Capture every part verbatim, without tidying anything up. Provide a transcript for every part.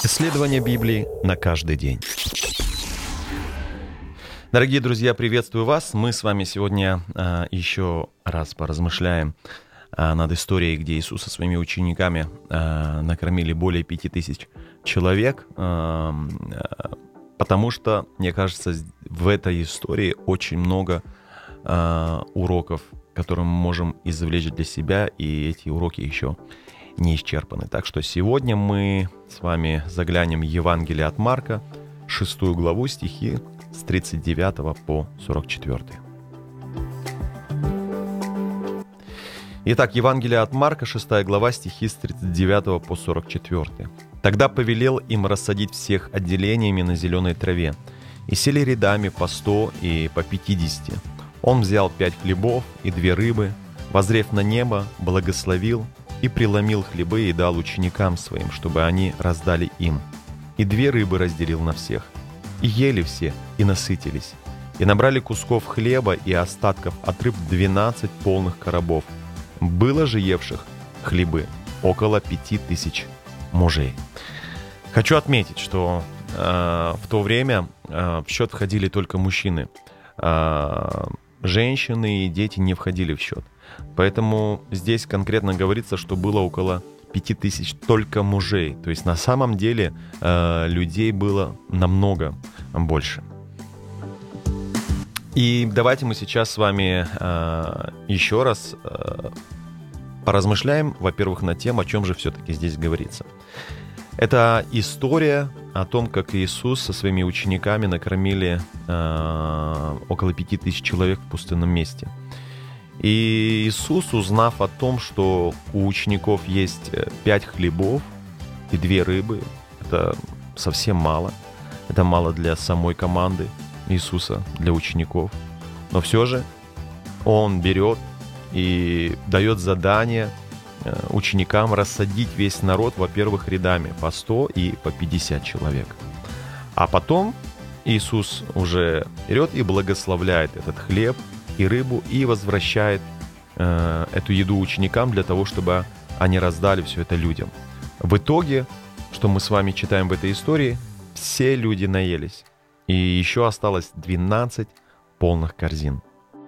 Исследование Библии на каждый день. Дорогие друзья, приветствую вас. Мы с вами сегодня а, еще раз поразмышляем а, над историей, где Иисус со своими учениками а, накормили более пяти тысяч человек, а, а, потому что, мне кажется, в этой истории очень много а, уроков, которые мы можем извлечь для себя, и эти уроки еще не исчерпаны. Так что сегодня мы с вами заглянем в Евангелие от Марка, шестую главу, стихи с тридцать девятого по сорок четвёртый. Итак, Евангелие от Марка, шестая глава, стихи с тридцать девятого по сорок четвёртый. «Тогда повелел им рассадить всех отделениями на зеленой траве, и сели рядами по сто и по пятидесяти. Он взял пять хлебов и две рыбы, воззрев на небо, благословил и преломил хлебы и дал ученикам своим, чтобы они раздали им. И две рыбы разделил на всех. И ели все, и насытились. И набрали кусков хлеба и остатков от рыб двенадцать полных коробов. Было же евших хлебы около пяти тысяч мужей». Хочу отметить, что э, в то время э, в счет входили только мужчины. Э, женщины и дети не входили в счет. Поэтому здесь конкретно говорится, что было около пяти тысяч только мужей. То есть на самом деле э, людей было намного больше. И давайте мы сейчас с вами э, еще раз э, поразмышляем, во-первых, на тему, о чем же все-таки здесь говорится. Это история о том, как Иисус со своими учениками накормили э, около пяти тысяч человек в пустынном месте. И Иисус, узнав о том, что у учеников есть пять хлебов и две рыбы, это совсем мало. Это мало для самой команды Иисуса, для учеников. Но все же Он берет и дает задание ученикам рассадить весь народ, во-первых, рядами по сто и по пятьдесят человек. А потом Иисус уже берет и благословляет этот хлеб и рыбу и возвращает э, эту еду ученикам для того, чтобы они раздали все это людям. В итоге, что мы с вами читаем в этой истории, все люди наелись. И еще осталось двенадцать полных корзин.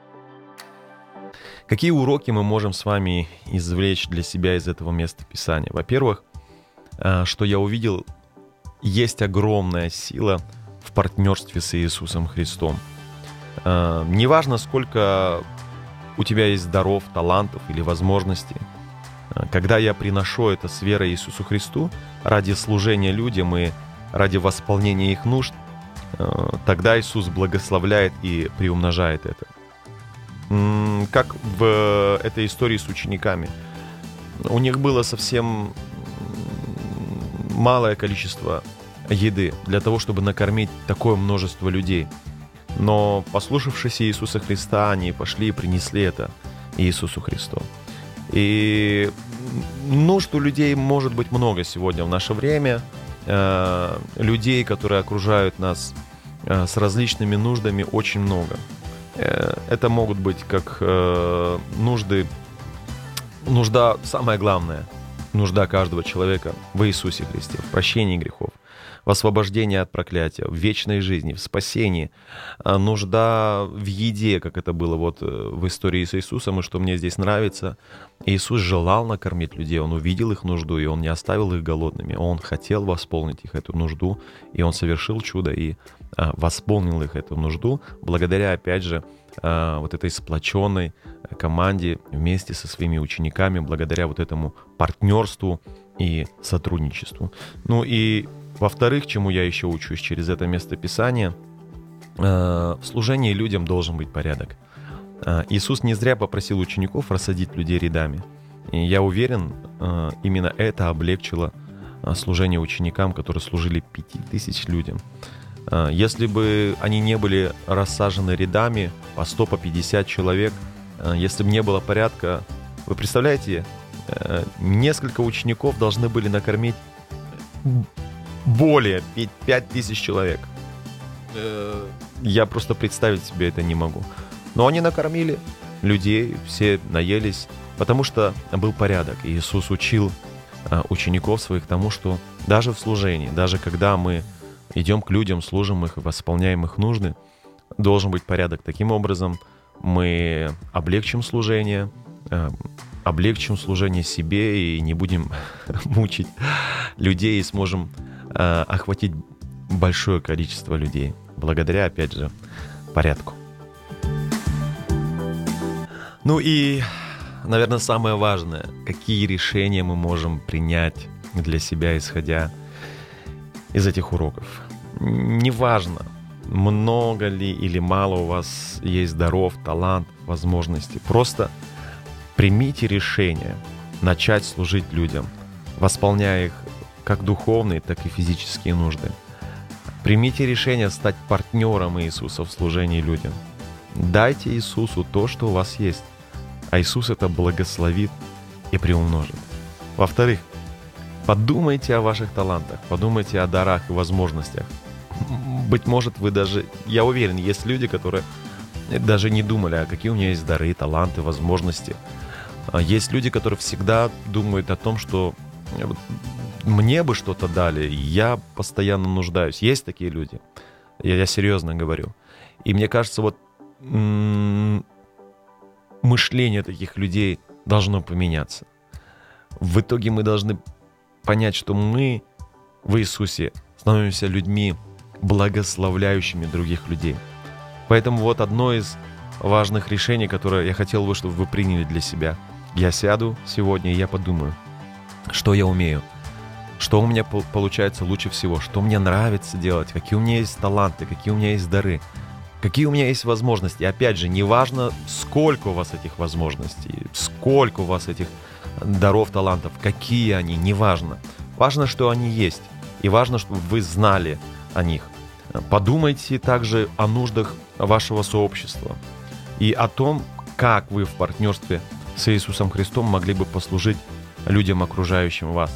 Какие уроки мы можем с вами извлечь для себя из этого места Писания? Во-первых, э, что я увидел, есть огромная сила в партнерстве с Иисусом Христом. Uh, неважно, сколько у тебя есть даров, талантов или возможностей, uh, когда я приношу это с верой Иисусу Христу ради служения людям и ради восполнения их нужд, uh, тогда Иисус благословляет и приумножает это. Mm, как в этой истории с учениками. У них было совсем малое количество еды для того, чтобы накормить такое множество людей. Но, послушавшись Иисуса Христа, они пошли и принесли это Иисусу Христу. И нужд у людей может быть много сегодня в наше время. Э, людей, которые окружают нас э, с различными нуждами, очень много. Э, это могут быть как э, нужды, нужда, самое главное, нужда каждого человека в Иисусе Христе, в прощении грехов, в освобождении от проклятия, в вечной жизни, в спасении, нужда в еде, как это было вот в истории с Иисусом, и что мне здесь нравится, Иисус желал накормить людей, Он увидел их нужду, и Он не оставил их голодными, Он хотел восполнить их эту нужду, и Он совершил чудо и восполнил их эту нужду, благодаря, опять же, вот этой сплоченной команде вместе со своими учениками, благодаря вот этому партнерству и сотрудничеству. Ну и во-вторых, чему я еще учусь через это место Писания, в служении людям должен быть порядок. Иисус не зря попросил учеников рассадить людей рядами. И я уверен, именно это облегчило служение ученикам, которые служили пяти тысяч людям. Если бы они не были рассажены рядами по сто, по пятьдесят человек, если бы не было порядка, вы представляете, несколько учеников должны были накормить более пяти тысяч человек. Я просто представить себе это не могу. Но они накормили людей, все наелись, потому что был порядок. Иисус учил а, учеников своих тому, что даже в служении, даже когда мы идем к людям, служим их, восполняем их нужды, должен быть порядок. Таким образом, мы облегчим служение, а, облегчим служение себе и не будем мучить людей и сможем а, охватить большое количество людей благодаря, опять же, порядку. Ну и, наверное, самое важное, какие решения мы можем принять для себя, исходя из этих уроков. Неважно, много ли или мало у вас есть даров, талант, возможностей. Просто примите решение начать служить людям, восполняя их как духовные, так и физические нужды. Примите решение стать партнером Иисуса в служении людям. Дайте Иисусу то, что у вас есть, а Иисус это благословит и приумножит. Во-вторых, подумайте о ваших талантах, подумайте о дарах и возможностях. Быть может, вы даже, я уверен, есть люди, которые даже не думали, а какие у меня есть дары, таланты, возможности. Есть люди, которые всегда думают о том, что мне бы что-то дали, я постоянно нуждаюсь. Есть такие люди, я, я серьезно говорю. И мне кажется, вот м- мышление таких людей должно поменяться. В итоге мы должны понять, что мы в Иисусе становимся людьми, благословляющими других людей. Поэтому вот одно из важных решений, которое я хотел бы, чтобы вы приняли для себя. Я сяду сегодня и я подумаю, что я умею, что у меня получается лучше всего, что мне нравится делать, какие у меня есть таланты, какие у меня есть дары, какие у меня есть возможности. И опять же, не важно, сколько у вас этих возможностей, сколько у вас этих даров, талантов, какие они, не важно. Важно, что они есть, и важно, чтобы вы знали о них. Подумайте также о нуждах вашего сообщества и о том, как вы в партнерстве с Иисусом Христом могли бы послужить людям, окружающим вас.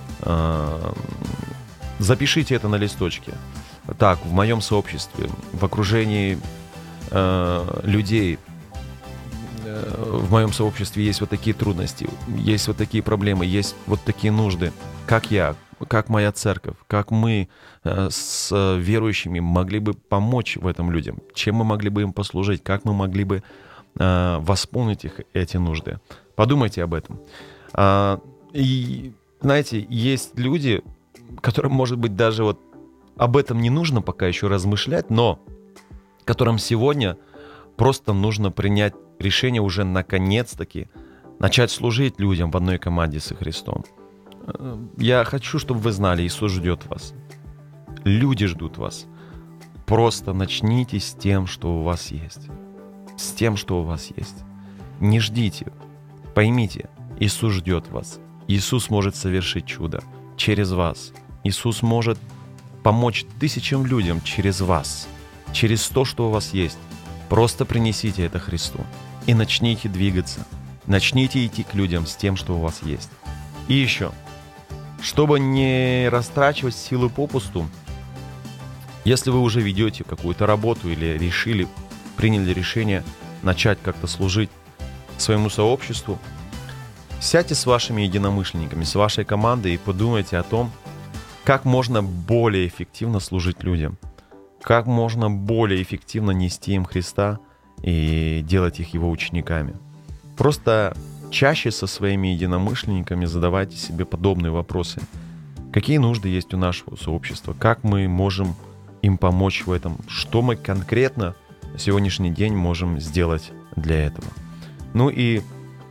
Запишите это на листочке. Так, в моем сообществе, в окружении э, людей, э, в моем сообществе есть вот такие трудности, есть вот такие проблемы, есть вот такие нужды. Как я, как моя церковь, как мы э, с верующими могли бы помочь в этом людям, чем мы могли бы им послужить, как мы могли бы э, восполнить их, эти нужды. Подумайте об этом. А, и, знаете, есть люди, которым, может быть, даже вот об этом не нужно пока еще размышлять, но которым сегодня просто нужно принять решение уже наконец-таки начать служить людям в одной команде со Христом. Я хочу, чтобы вы знали, Иисус ждет вас. Люди ждут вас. Просто начните с тем, что у вас есть. С тем, что у вас есть. Не ждите. Поймите, Иисус ждет вас. Иисус может совершить чудо через вас. Иисус может помочь тысячам людям через вас, через то, что у вас есть. Просто принесите это Христу и начните двигаться. Начните идти к людям с тем, что у вас есть. И еще, чтобы не растрачивать силы попусту, если вы уже ведете какую-то работу или решили, приняли решение начать как-то служить своему сообществу, сядьте с вашими единомышленниками, с вашей командой и подумайте о том, как можно более эффективно служить людям, как можно более эффективно нести им Христа и делать их Его учениками. Просто чаще со своими единомышленниками задавайте себе подобные вопросы. Какие нужды есть у нашего сообщества? Как мы можем им помочь в этом? Что мы конкретно на сегодняшний день можем сделать для этого? Ну и,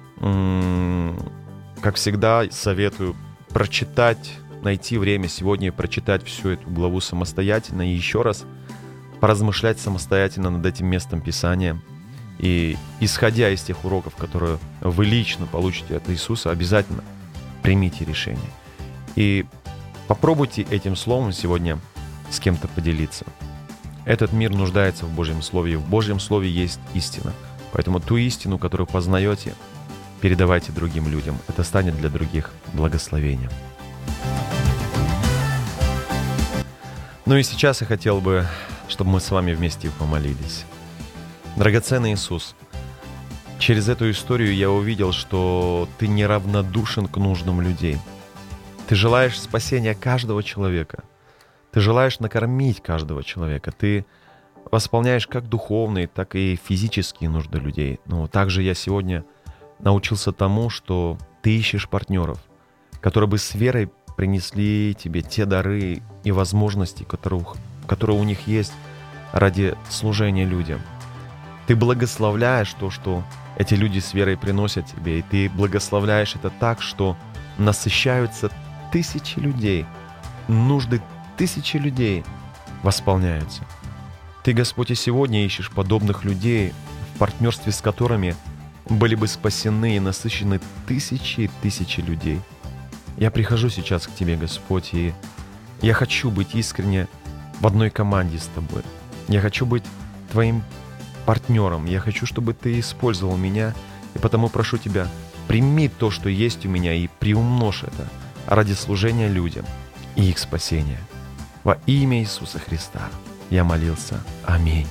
как всегда, советую прочитать, найти время сегодня и прочитать всю эту главу самостоятельно и еще раз поразмышлять самостоятельно над этим местом Писания. И исходя из тех уроков, которые вы лично получите от Иисуса, обязательно примите решение. И попробуйте этим словом сегодня с кем-то поделиться. Этот мир нуждается в Божьем Слове, и в Божьем Слове есть истина. Поэтому ту истину, которую познаете, передавайте другим людям. Это станет для других благословением. Ну и сейчас я хотел бы, чтобы мы с вами вместе помолились. Драгоценный Иисус, через эту историю я увидел, что Ты неравнодушен к нуждам людей. Ты желаешь спасения каждого человека. Ты желаешь накормить каждого человека. Ты восполняешь как духовные, так и физические нужды людей. Но также я сегодня научился тому, что ты ищешь партнеров, которые бы с верой принесли тебе те дары и возможности, которые, которые у них есть ради служения людям. Ты благословляешь то, что эти люди с верой приносят тебе, и ты благословляешь это так, что насыщаются тысячи людей, нужды тысячи людей восполняются. Ты, Господь, и сегодня ищешь подобных людей, в партнерстве с которыми были бы спасены и насыщены тысячи и тысячи людей. Я прихожу сейчас к Тебе, Господь, и я хочу быть искренне в одной команде с Тобой. Я хочу быть Твоим партнером. Я хочу, чтобы Ты использовал меня, и потому прошу Тебя, прими то, что есть у меня, и приумножь это ради служения людям и их спасения. Во имя Иисуса Христа я молился. Аминь.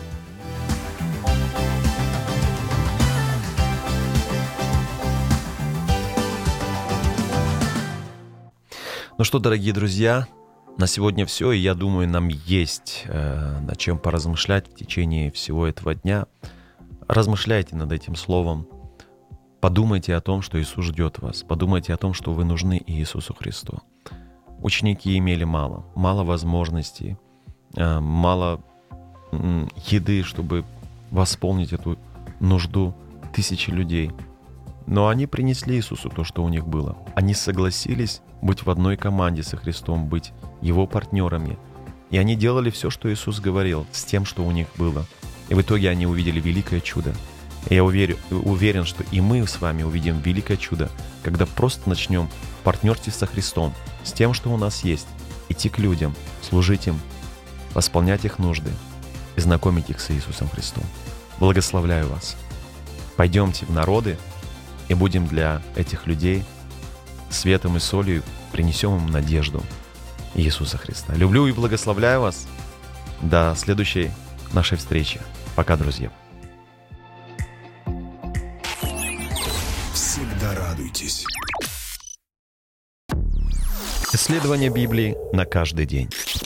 Ну что, дорогие друзья, на сегодня все, и я думаю, нам есть э, над чем поразмышлять в течение всего этого дня. Размышляйте над этим словом, подумайте о том, что Иисус ждет вас, подумайте о том, что вы нужны Иисусу Христу. Ученики имели мало, мало возможностей, э, мало э, еды, чтобы восполнить эту нужду тысячи людей. Но они принесли Иисусу то, что у них было. Они согласились быть в одной команде со Христом, быть Его партнерами. И они делали все, что Иисус говорил, с тем, что у них было. И в итоге они увидели великое чудо. И я уверен, уверен, что и мы с вами увидим великое чудо, когда просто начнем в партнерстве со Христом, с тем, что у нас есть, идти к людям, служить им, восполнять их нужды и знакомить их с Иисусом Христом. Благословляю вас. Пойдемте в народы и будем для этих людей светом и солью, принесем им надежду Иисуса Христа. Люблю и благословляю вас. До следующей нашей встречи. Пока, друзья. Всегда радуйтесь. Исследование Библии на каждый день.